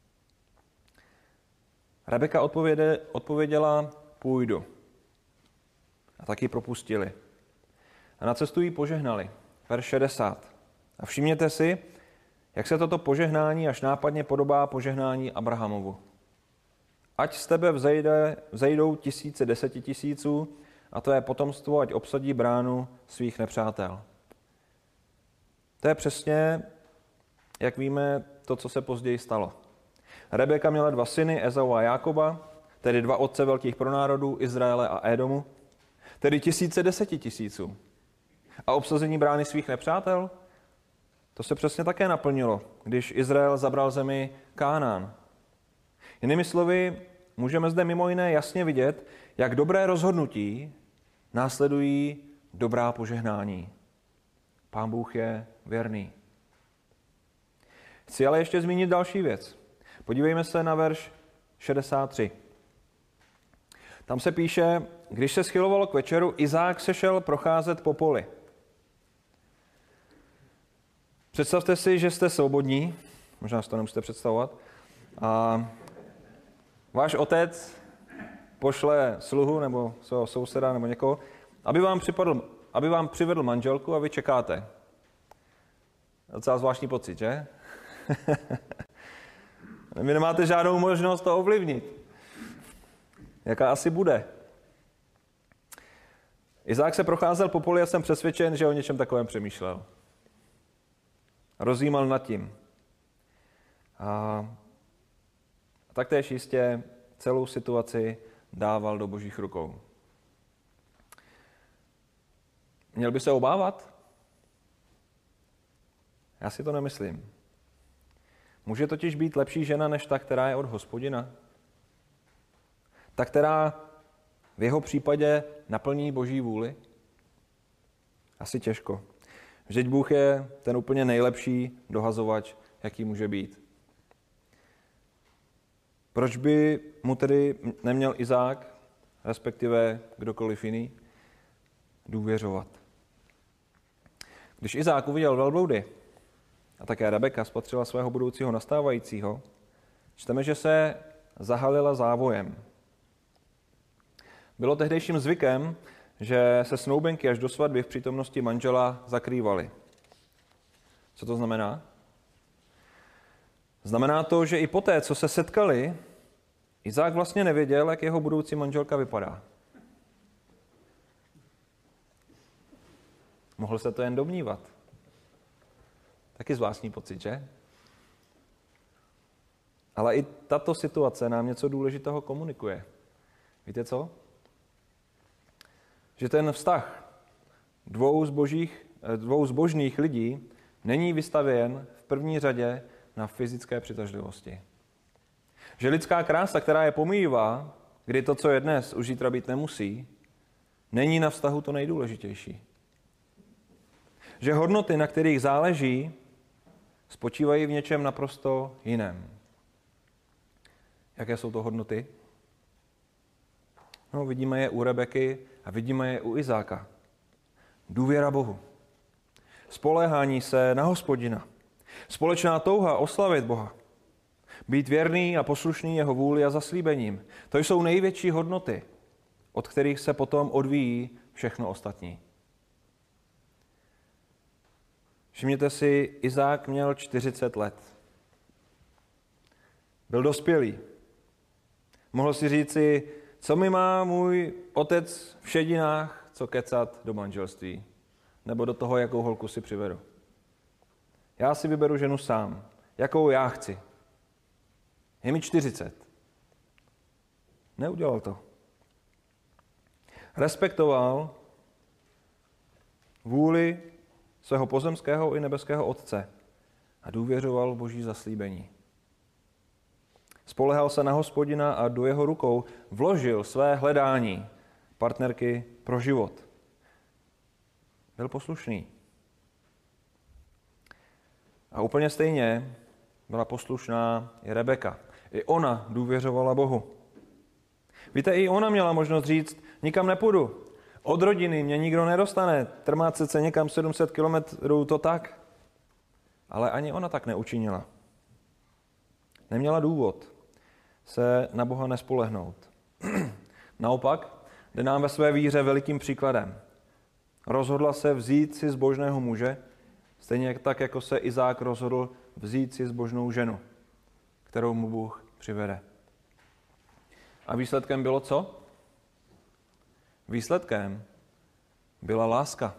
Rebeka odpověděla, půjdu. A taky propustili. A na cestu jí požehnali. Verš 60. A všimněte si, jak se toto požehnání až nápadně podobá požehnání Abrahamovu. Ať z tebe vzejdou tisíce 10 000, a to je potomstvo, ať obsadí bránu svých nepřátel. To je přesně, jak víme, to, co se později stalo. Rebeka měla 2 syny, Ezau a Jákoba, tedy 2 otce velkých pronárodů, Izraele a Édomu, tedy tisíce 10 000. A obsazení brány svých nepřátel? To se přesně také naplnilo, když Izrael zabral zemi Kánaán. Jinými slovy, můžeme zde mimo jiné jasně vidět, jak dobré rozhodnutí následují dobrá požehnání. Pán Bůh je věrný. Chci ale ještě zmínit další věc. Podívejme se na verš 63. Tam se píše, když se schylovalo k večeru, Izák se šel procházet po poli. Představte si, že jste svobodní, možná si to nemusíte představovat, a váš otec pošle sluhu nebo svého souseda nebo někoho, aby vám přivedl manželku a vy čekáte. Docela zvláštní pocit, že? Vy nemáte žádnou možnost to ovlivnit. Jaká asi bude? Izák se procházel po poli a jsem přesvědčen, že o něčem takovém přemýšlel. Rozjímal nad tím. A taktéž jistě celou situaci dával do Božích rukou. Měl by se obávat? Já si to nemyslím. Může totiž být lepší žena než ta, která je od Hospodina? Ta, která v jeho případě naplní Boží vůli? Asi těžko. Vždyť Bůh je ten úplně nejlepší dohazovač, jaký může být. Proč by mu tedy neměl Izák, respektive kdokoliv jiný, důvěřovat? Když Izák uviděl velbloudy a také Rebeka spatřila svého budoucího nastávajícího, čteme, že se zahalila závojem. Bylo tehdejším zvykem, že se snoubenky až do svatby v přítomnosti manžela zakrývaly. Co to znamená? Znamená to, že i poté, co se setkali, Izák vlastně nevěděl, jak jeho budoucí manželka vypadá. Mohl se to jen domnívat. Taky zvláštní pocit, že? Ale i tato situace nám něco důležitého komunikuje. Víte co? Že ten vztah dvou zbožných lidí není vystavěn v první řadě na fyzické přitažlivosti. Že lidská krása, která je pomíjivá, kdy to, co je dnes, už zítra být nemusí, není na vztahu to nejdůležitější. Že hodnoty, na kterých záleží, spočívají v něčem naprosto jiném. Jaké jsou to hodnoty? No, vidíme je u Rebeky a vidíme je u Izáka. Důvěra Bohu. Spoléhání se na Hospodina. Společná touha oslavit Boha. Být věrný a poslušný jeho vůli a zaslíbením. To jsou největší hodnoty, od kterých se potom odvíjí všechno ostatní. Všimněte si, Izák měl 40 let. Byl dospělý. Mohl si říci, co mi má můj otec v šedinách, co kecat do manželství. Nebo do toho, jakou holku si přivedu. Já si vyberu ženu sám, jakou já chci. Je mi 40. Neudělal to. Respektoval vůli svého pozemského i nebeského otce a důvěřoval v Boží zaslíbení. Spolehal se na Hospodina a do jeho rukou vložil své hledání partnerky pro život. Byl poslušný. A úplně stejně byla poslušná i Rebeka. I ona důvěřovala Bohu. Víte, i ona měla možnost říct, nikam nepůjdu. Od rodiny mě nikdo nedostane. Trmácet se někam 700 kilometrů, to tak. Ale ani ona tak neučinila. Neměla důvod se na Boha nespolehnout. Naopak, jde nám ve své víře velikým příkladem. Rozhodla se vzít si zbožného muže, stejně tak, jako se Izák rozhodl vzít si zbožnou ženu, kterou mu Bůh přivede. A výsledkem bylo co? Výsledkem byla láska.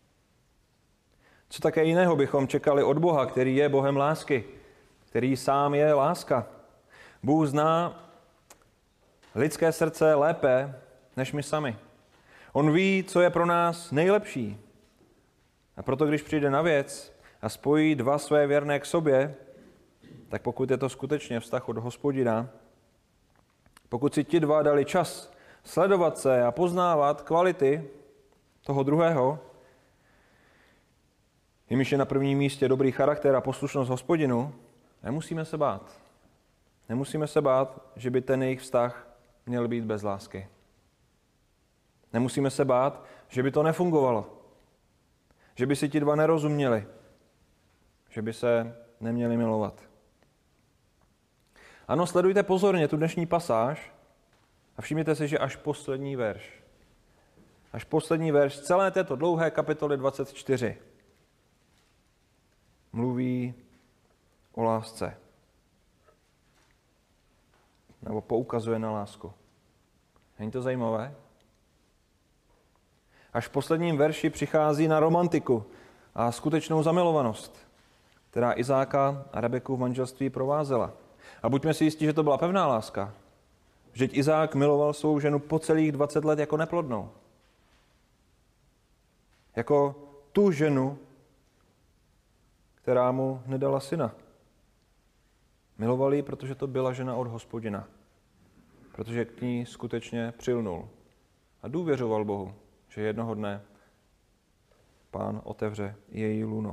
Co také jiného bychom čekali od Boha, který je Bohem lásky, který sám je láska. Bůh zná lidské srdce lépe než my sami. On ví, co je pro nás nejlepší. A proto, když přijde na věc a spojí dva své věrné k sobě, tak pokud je to skutečně vztah od Hospodina, pokud si ti dva dali čas sledovat se a poznávat kvality toho druhého, jimž je na prvním místě dobrý charakter a poslušnost Hospodinu, Nemusíme se bát. Nemusíme se bát, že by ten jejich vztah měl být bez lásky. Nemusíme se bát, že by to nefungovalo. Že by si ti dva nerozuměli. Že by se neměli milovat. Ano, sledujte pozorně tu dnešní pasáž a všimněte si, že až poslední verš celé této dlouhé kapitoly 24 mluví o lásce. Nebo poukazuje na lásku. Není to zajímavé? Až v posledním verši přichází na romantiku a skutečnou zamilovanost, která Izáka a Rebeku v manželství provázela. A buďme si jistí, že to byla pevná láska. Vždyť Izák miloval svou ženu po celých 20 let jako neplodnou. Jako tu ženu, která mu nedala syna. Miloval ji, protože to byla žena od Hospodina. Protože k ní skutečně přilnul. A důvěřoval Bohu, že jednoho dne Pán otevře její lůno.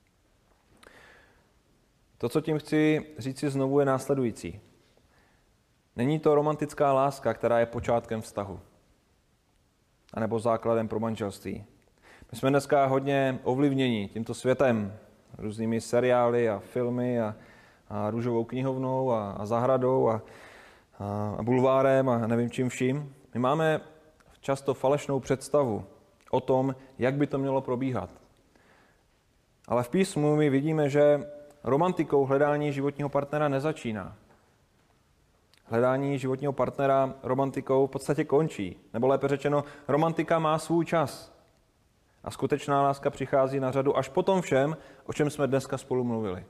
To, co tím chci říci znovu, je následující. Není to romantická láska, která je počátkem vztahu, anebo základem pro manželství. My jsme dneska hodně ovlivněni tímto světem, různými seriály a filmy a růžovou knihovnou a zahradou a bulvárem a nevím čím vším. My máme často falešnou představu o tom, jak by to mělo probíhat. Ale v písmu my vidíme, že romantikou hledání životního partnera nezačíná. Hledání životního partnera romantikou v podstatě končí. Nebo lépe řečeno, romantika má svůj čas. A skutečná láska přichází na řadu až po tom všem, o čem jsme dneska spolu mluvili.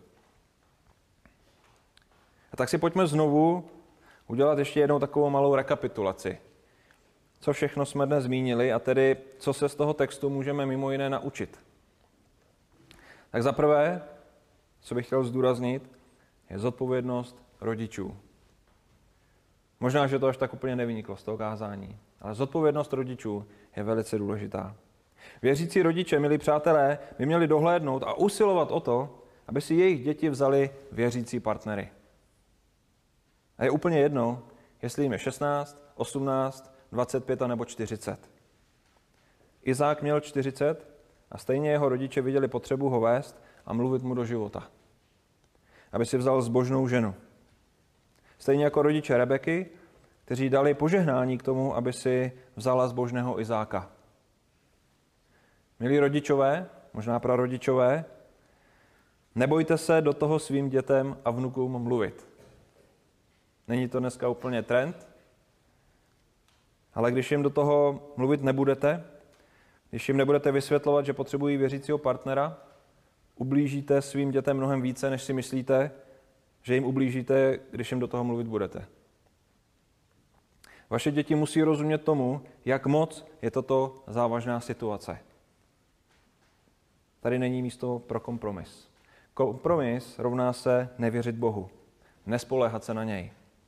A tak si pojďme znovu udělat ještě jednou takovou malou rekapitulaci. Co všechno jsme dnes zmínili a tedy co se z toho textu můžeme mimo jiné naučit. Tak za prvé, co bych chtěl zdůraznit, je zodpovědnost rodičů. Možná, že to až tak úplně nevyniklo z toho kázání, ale zodpovědnost rodičů je velice důležitá. Věřící rodiče, milí přátelé, by měli dohlédnout a usilovat o to, aby si jejich děti vzali věřící partnery. A je úplně jedno, jestli jim je 16, 18, 25 nebo 40. Izák měl 40 a stejně jeho rodiče viděli potřebu ho vést a mluvit mu do života. Aby si vzal zbožnou ženu. Stejně jako rodiče Rebeky, kteří dali požehnání k tomu, aby si vzala zbožného Izáka. Milí rodičové, možná prarodičové, nebojte se do toho svým dětem a vnukům mluvit. Není to dneska úplně trend, ale když jim do toho mluvit nebudete, když jim nebudete vysvětlovat, že potřebují věřícího partnera, ublížíte svým dětem mnohem více, než si myslíte, že jim ublížíte, když jim do toho mluvit budete. Vaše děti musí rozumět tomu, jak moc je toto závažná situace. Tady není místo pro kompromis. Kompromis rovná se nevěřit Bohu, nespoléhat se na něj.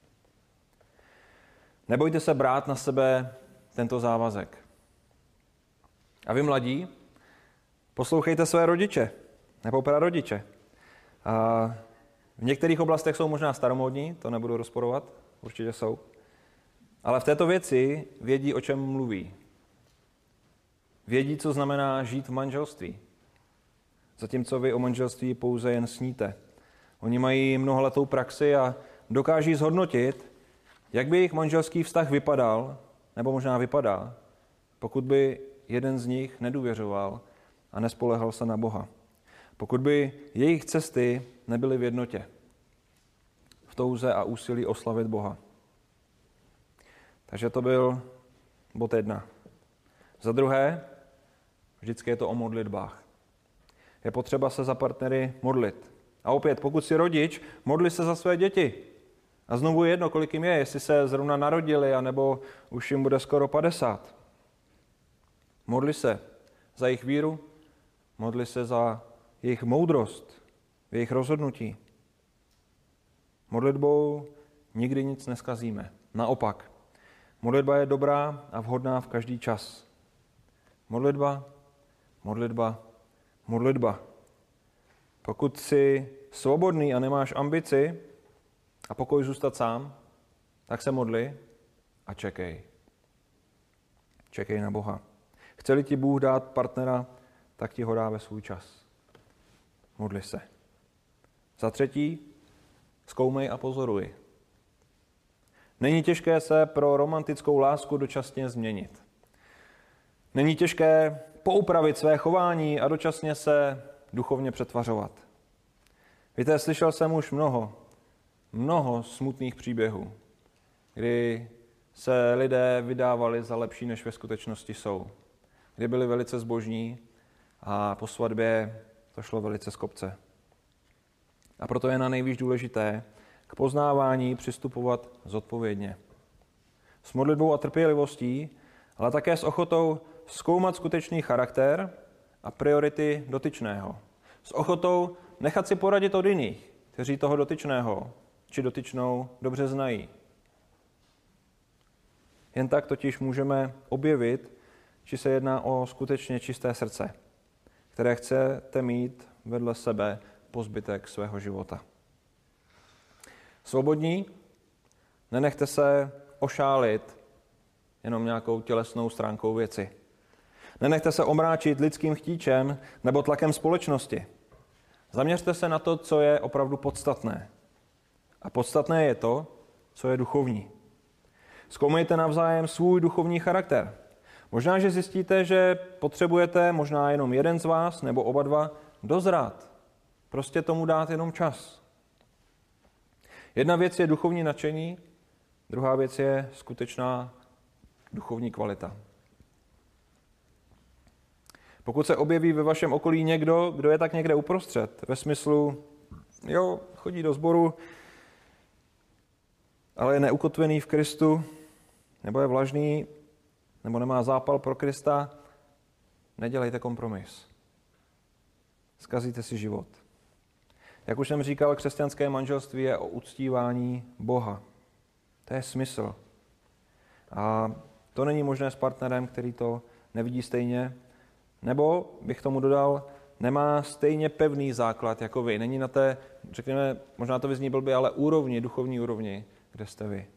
Nebojte se brát na sebe tento závazek. A vy mladí, poslouchejte své rodiče nebo prarodiče. A v některých oblastech jsou možná staromódní, to nebudu rozporovat, určitě jsou. Ale v této věci vědí, o čem mluví. Vědí, co znamená žít v manželství. Zatímco vy o manželství pouze jen sníte. Oni mají mnohaletou praxi a dokáží zhodnotit, jak by jejich manželský vztah vypadal, nebo možná vypadá, pokud by jeden z nich nedůvěřoval a nespolehal se na Boha. Pokud by jejich cesty nebyly v jednotě, v touze a úsilí oslavit Boha. Takže to byl bod 1. Za druhé, vždycky je to o modlitbách. Je potřeba se za partnery modlit. A opět, pokud jsi rodič, modli se za své děti. A znovu je jedno, kolik jim je, jestli se zrovna narodili, anebo už jim bude skoro 50. Modli se za jejich víru, modli se za jejich moudrost, v jejich rozhodnutí. Modlitbou nikdy nic neskazíme. Naopak, modlitba je dobrá a vhodná v každý čas. Modlitba, modlitba, modlitba. Pokud jsi svobodný a nemáš ambici a pokoj zůstat sám, tak se modli a čekej. Čekej na Boha. Chce-li ti Bůh dát partnera, tak ti ho dá ve svůj čas. Modli se. Za třetí, zkoumej a pozoruj. Není těžké se pro romantickou lásku dočasně změnit. Není těžké poupravit své chování a dočasně se duchovně přetvařovat. Víte, slyšel jsem už mnoho smutných příběhů, kdy se lidé vydávali za lepší, než ve skutečnosti jsou. Kdy byli velice zbožní a po svatbě to šlo velice z kopce. A proto je nanejvýš důležité k poznávání přistupovat zodpovědně. S modlitbou a trpělivostí, ale také s ochotou zkoumat skutečný charakter a priority dotyčného. S ochotou nechat si poradit od jiných, kteří toho dotyčného či dotyčnou dobře znají. Jen tak totiž můžeme objevit, či se jedná o skutečně čisté srdce, které chcete mít vedle sebe po zbytek svého života. Svobodní, nenechte se ošálit jenom nějakou tělesnou stránkou věci. Nenechte se omráčit lidským chtíčem nebo tlakem společnosti. Zaměřte se na to, co je opravdu podstatné. A podstatné je to, co je duchovní. Zkoumejte navzájem svůj duchovní charakter. Možná, že zjistíte, že potřebujete, možná jenom jeden z vás nebo oba dva, dozrát. Prostě tomu dát jenom čas. Jedna věc je duchovní nadšení, druhá věc je skutečná duchovní kvalita. Pokud se objeví ve vašem okolí někdo, kdo je tak někde uprostřed, ve smyslu, jo, chodí do sboru, ale je neukotvený v Kristu, nebo je vlažný, nebo nemá zápal pro Krista, nedělejte kompromis. Zkazíte si život. Jak už jsem říkal, křesťanské manželství je o uctívání Boha. To je smysl. A to není možné s partnerem, který to nevidí stejně, nebo, bych tomu dodal, nemá stejně pevný základ jako vy. Není na té, řekněme, možná to vyzní blbě, ale úrovni, duchovní úrovni, kde jste vy.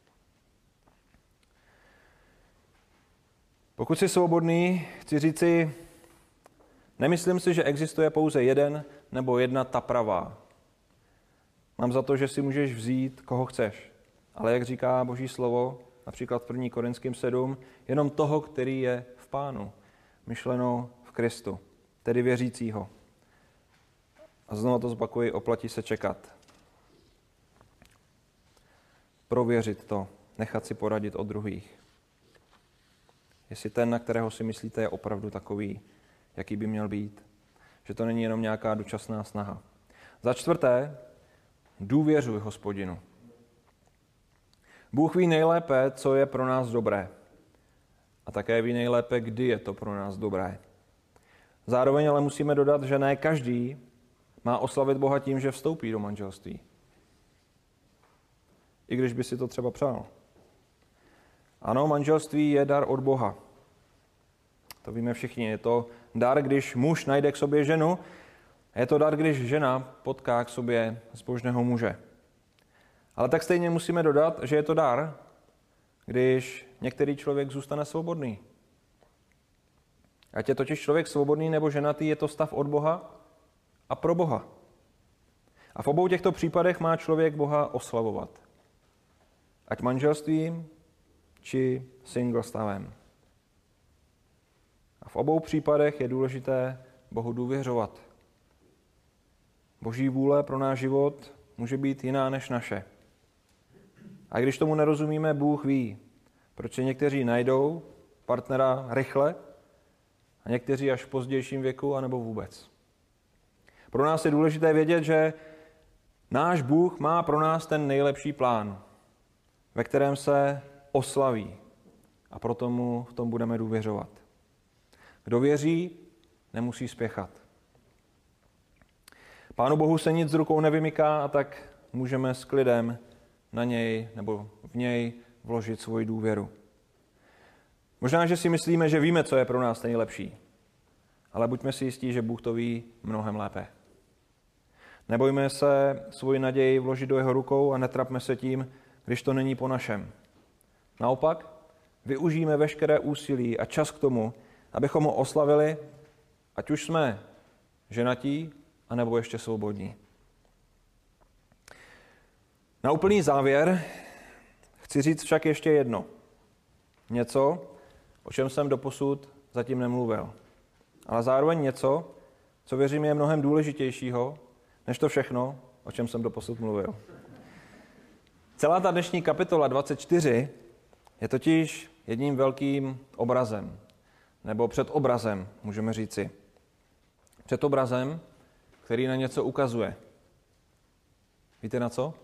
Pokud jsi svobodný, chci říci, nemyslím si, že existuje pouze jeden nebo jedna ta pravá. Mám za to, že si můžeš vzít, koho chceš. Ale jak říká Boží slovo, například v 1. Korinským 7, jenom toho, který je v Pánu, myšleno v Kristu, tedy věřícího. A znovu to zopakuji, oplatí se čekat. Prověřit to, nechat si poradit od druhých. Jestli ten, na kterého si myslíte, je opravdu takový, jaký by měl být. Že to není jenom nějaká dočasná snaha. Za čtvrté, důvěřuj Hospodinu. Bůh ví nejlépe, co je pro nás dobré. A také ví nejlépe, kdy je to pro nás dobré. Zároveň ale musíme dodat, že ne každý má oslavit Boha tím, že vstoupí do manželství. I když by si to třeba přál. Ano, manželství je dar od Boha. To víme všichni. Je to dar, když muž najde k sobě ženu. A je to dar, když žena potká k sobě zbožného muže. Ale tak stejně musíme dodat, že je to dar, když některý člověk zůstane svobodný. Ať je totiž člověk svobodný nebo ženatý, je to stav od Boha a pro Boha. A v obou těchto případech má člověk Boha oslavovat. Ať manželstvím, či single stavem. A v obou případech je důležité Bohu důvěřovat. Boží vůle pro náš život může být jiná než naše. A když tomu nerozumíme, Bůh ví, proč si někteří najdou partnera rychle a někteří až v pozdějším věku, anebo vůbec. Pro nás je důležité vědět, že náš Bůh má pro nás ten nejlepší plán, ve kterém se oslaví a proto mu v tom budeme důvěřovat. Kdo věří, nemusí spěchat. Pánu Bohu se nic z rukou nevymyká a tak můžeme s klidem na něj nebo v něj vložit svoji důvěru. Možná, že si myslíme, že víme, co je pro nás nejlepší, ale buďme si jistí, že Bůh to ví mnohem lépe. Nebojme se svoji naději vložit do jeho rukou a netrapme se tím, když to není po našem. Naopak, využijeme veškeré úsilí a čas k tomu, abychom ho oslavili, ať už jsme ženatí, anebo ještě svobodní. Na úplný závěr chci říct však ještě jedno. Něco, o čem jsem doposud zatím nemluvil. Ale zároveň něco, co věřím je mnohem důležitějšího, než to všechno, o čem jsem doposud mluvil. Celá ta dnešní kapitola 24 je totiž jedním velkým obrazem, nebo předobrazem, můžeme říci. Předobrazem, který na něco ukazuje. Víte na co?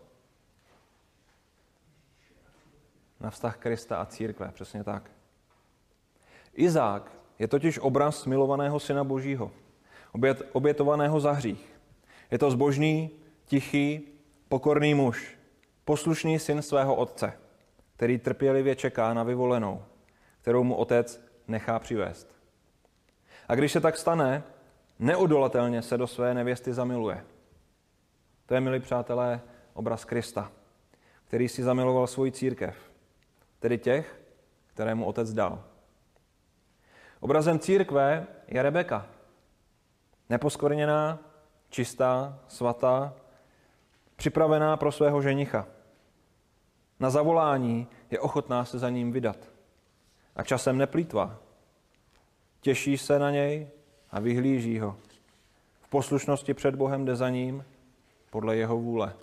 Na vztah Krista a církve, přesně tak. Izák je totiž obraz milovaného syna Božího, obětovaného za hřích. Je to zbožný, tichý, pokorný muž, poslušný syn svého otce, který trpělivě čeká na vyvolenou, kterou mu otec nechá přivést. A když se tak stane, neodolatelně se do své nevěsty zamiluje. To je, milí přátelé, obraz Krista, který si zamiloval svoji církev, tedy těch, kterému otec dal. Obrazem církve je Rebeka, neposkvrněná, čistá, svatá, připravená pro svého ženicha. Na zavolání je ochotná se za ním vydat a časem neplýtvá. Těší se na něj a vyhlíží ho. V poslušnosti před Bohem jde za ním podle jeho vůle.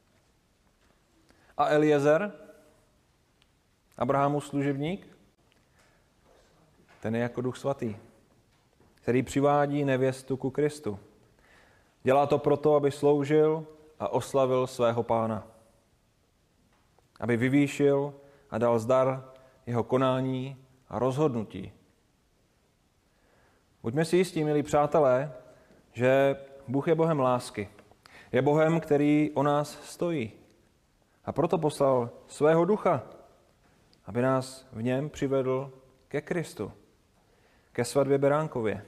A Eliezer, Abrahamův služebník, ten je jako Duch Svatý, který přivádí nevěstu ku Kristu. Dělá to proto, aby sloužil a oslavil svého Pána. Aby vyvýšil a dal zdar jeho konání a rozhodnutí. Buďme si jistí, milí přátelé, že Bůh je Bohem lásky. Je Bohem, který o nás stojí. A proto poslal svého ducha, aby nás v něm přivedl ke Kristu, ke svatbě beránkově.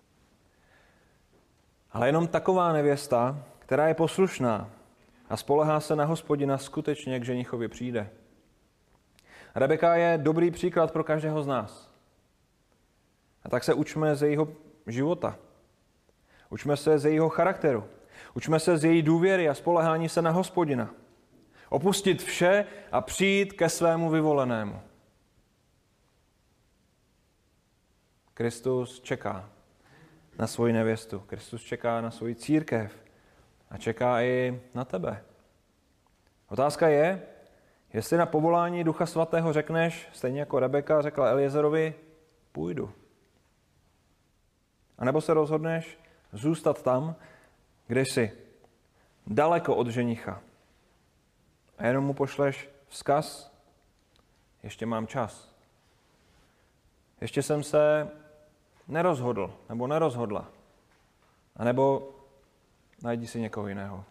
Ale jenom taková nevěsta, která je poslušná a spolehá se na Hospodina, skutečně k ženichovi přijde. Rebeka je dobrý příklad pro každého z nás. A tak se učme ze jejího života. Učme se ze jejího charakteru. Učme se z její důvěry a spolehání se na Hospodina. Opustit vše a přijít ke svému vyvolenému. Kristus čeká na svoji nevěstu. Kristus čeká na svoji církev a čeká i na tebe. Otázka je, jestli na povolání Ducha Svatého řekneš, stejně jako Rebeka řekla Eliezerovi, půjdu. A nebo se rozhodneš zůstat tam, kde jsi, daleko od ženicha. A jenom mu pošleš vzkaz, ještě mám čas. Ještě jsem se nerozhodl, nebo nerozhodla. A nebo najdi si někoho jiného.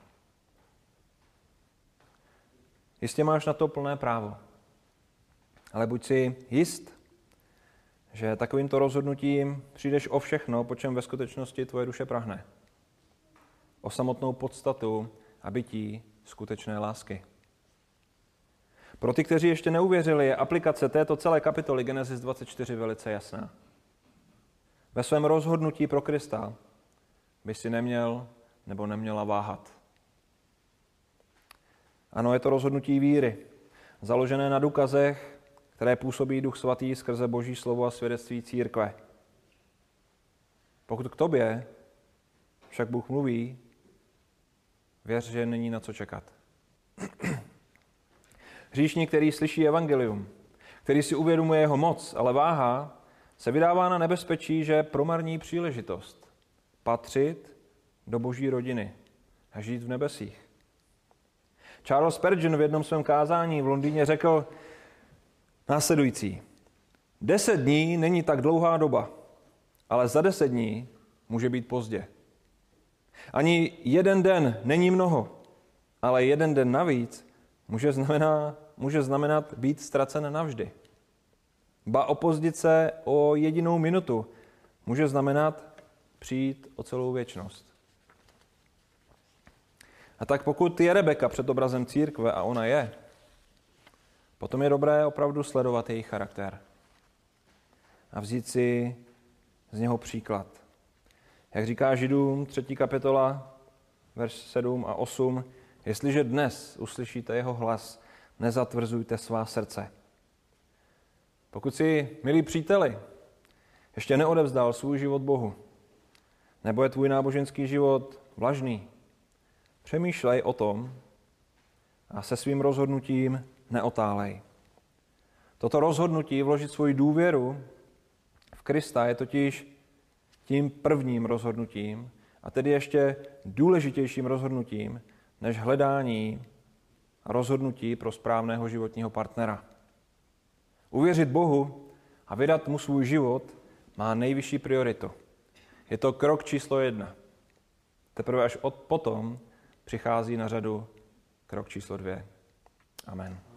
Jistě máš na to plné právo. Ale buď si jist, že takovýmto rozhodnutím přijdeš o všechno, po čem ve skutečnosti tvoje duše prahne. O samotnou podstatu a bytí skutečné lásky. Pro ty, kteří ještě neuvěřili, je aplikace této celé kapitoly Genesis 24 velice jasná. Ve svém rozhodnutí pro Krista by si neměl nebo neměla váhat. Ano, je to rozhodnutí víry, založené na důkazech, které působí Duch Svatý skrze Boží slovo a svědectví církve. Pokud k tobě však Bůh mluví, věř, že není na co čekat. Hříšník, který slyší evangelium, který si uvědomuje jeho moc, ale váhá, se vydává na nebezpečí, že promarní příležitost patřit do Boží rodiny a žít v nebesích. Charles Spurgeon v jednom svém kázání v Londýně řekl následující. 10 dní není tak dlouhá doba, ale za 10 dní může být pozdě. Ani jeden den není mnoho, ale jeden den navíc může znamenat být ztracen navždy. Ba opozdit se o jedinou minutu může znamenat přijít o celou věčnost. A tak pokud je Rebeka před obrazem církve, a ona je, potom je dobré opravdu sledovat její charakter a vzít si z něho příklad. Jak říká Židům 3. kapitola, verš 7 a 8, jestliže dnes uslyšíte jeho hlas, nezatvrzujte svá srdce. Pokud si, milí příteli, ještě neodevzdal svůj život Bohu, nebo je tvůj náboženský život vlažný, přemýšlej o tom a se svým rozhodnutím neotálej. Toto rozhodnutí vložit svoji důvěru v Krista je totiž tím prvním rozhodnutím a tedy ještě důležitějším rozhodnutím než hledání a rozhodnutí pro správného životního partnera. Uvěřit Bohu a vydat mu svůj život má nejvyšší prioritu. Je to krok číslo 1. Teprve až potom přichází na řadu krok číslo 2. Amen.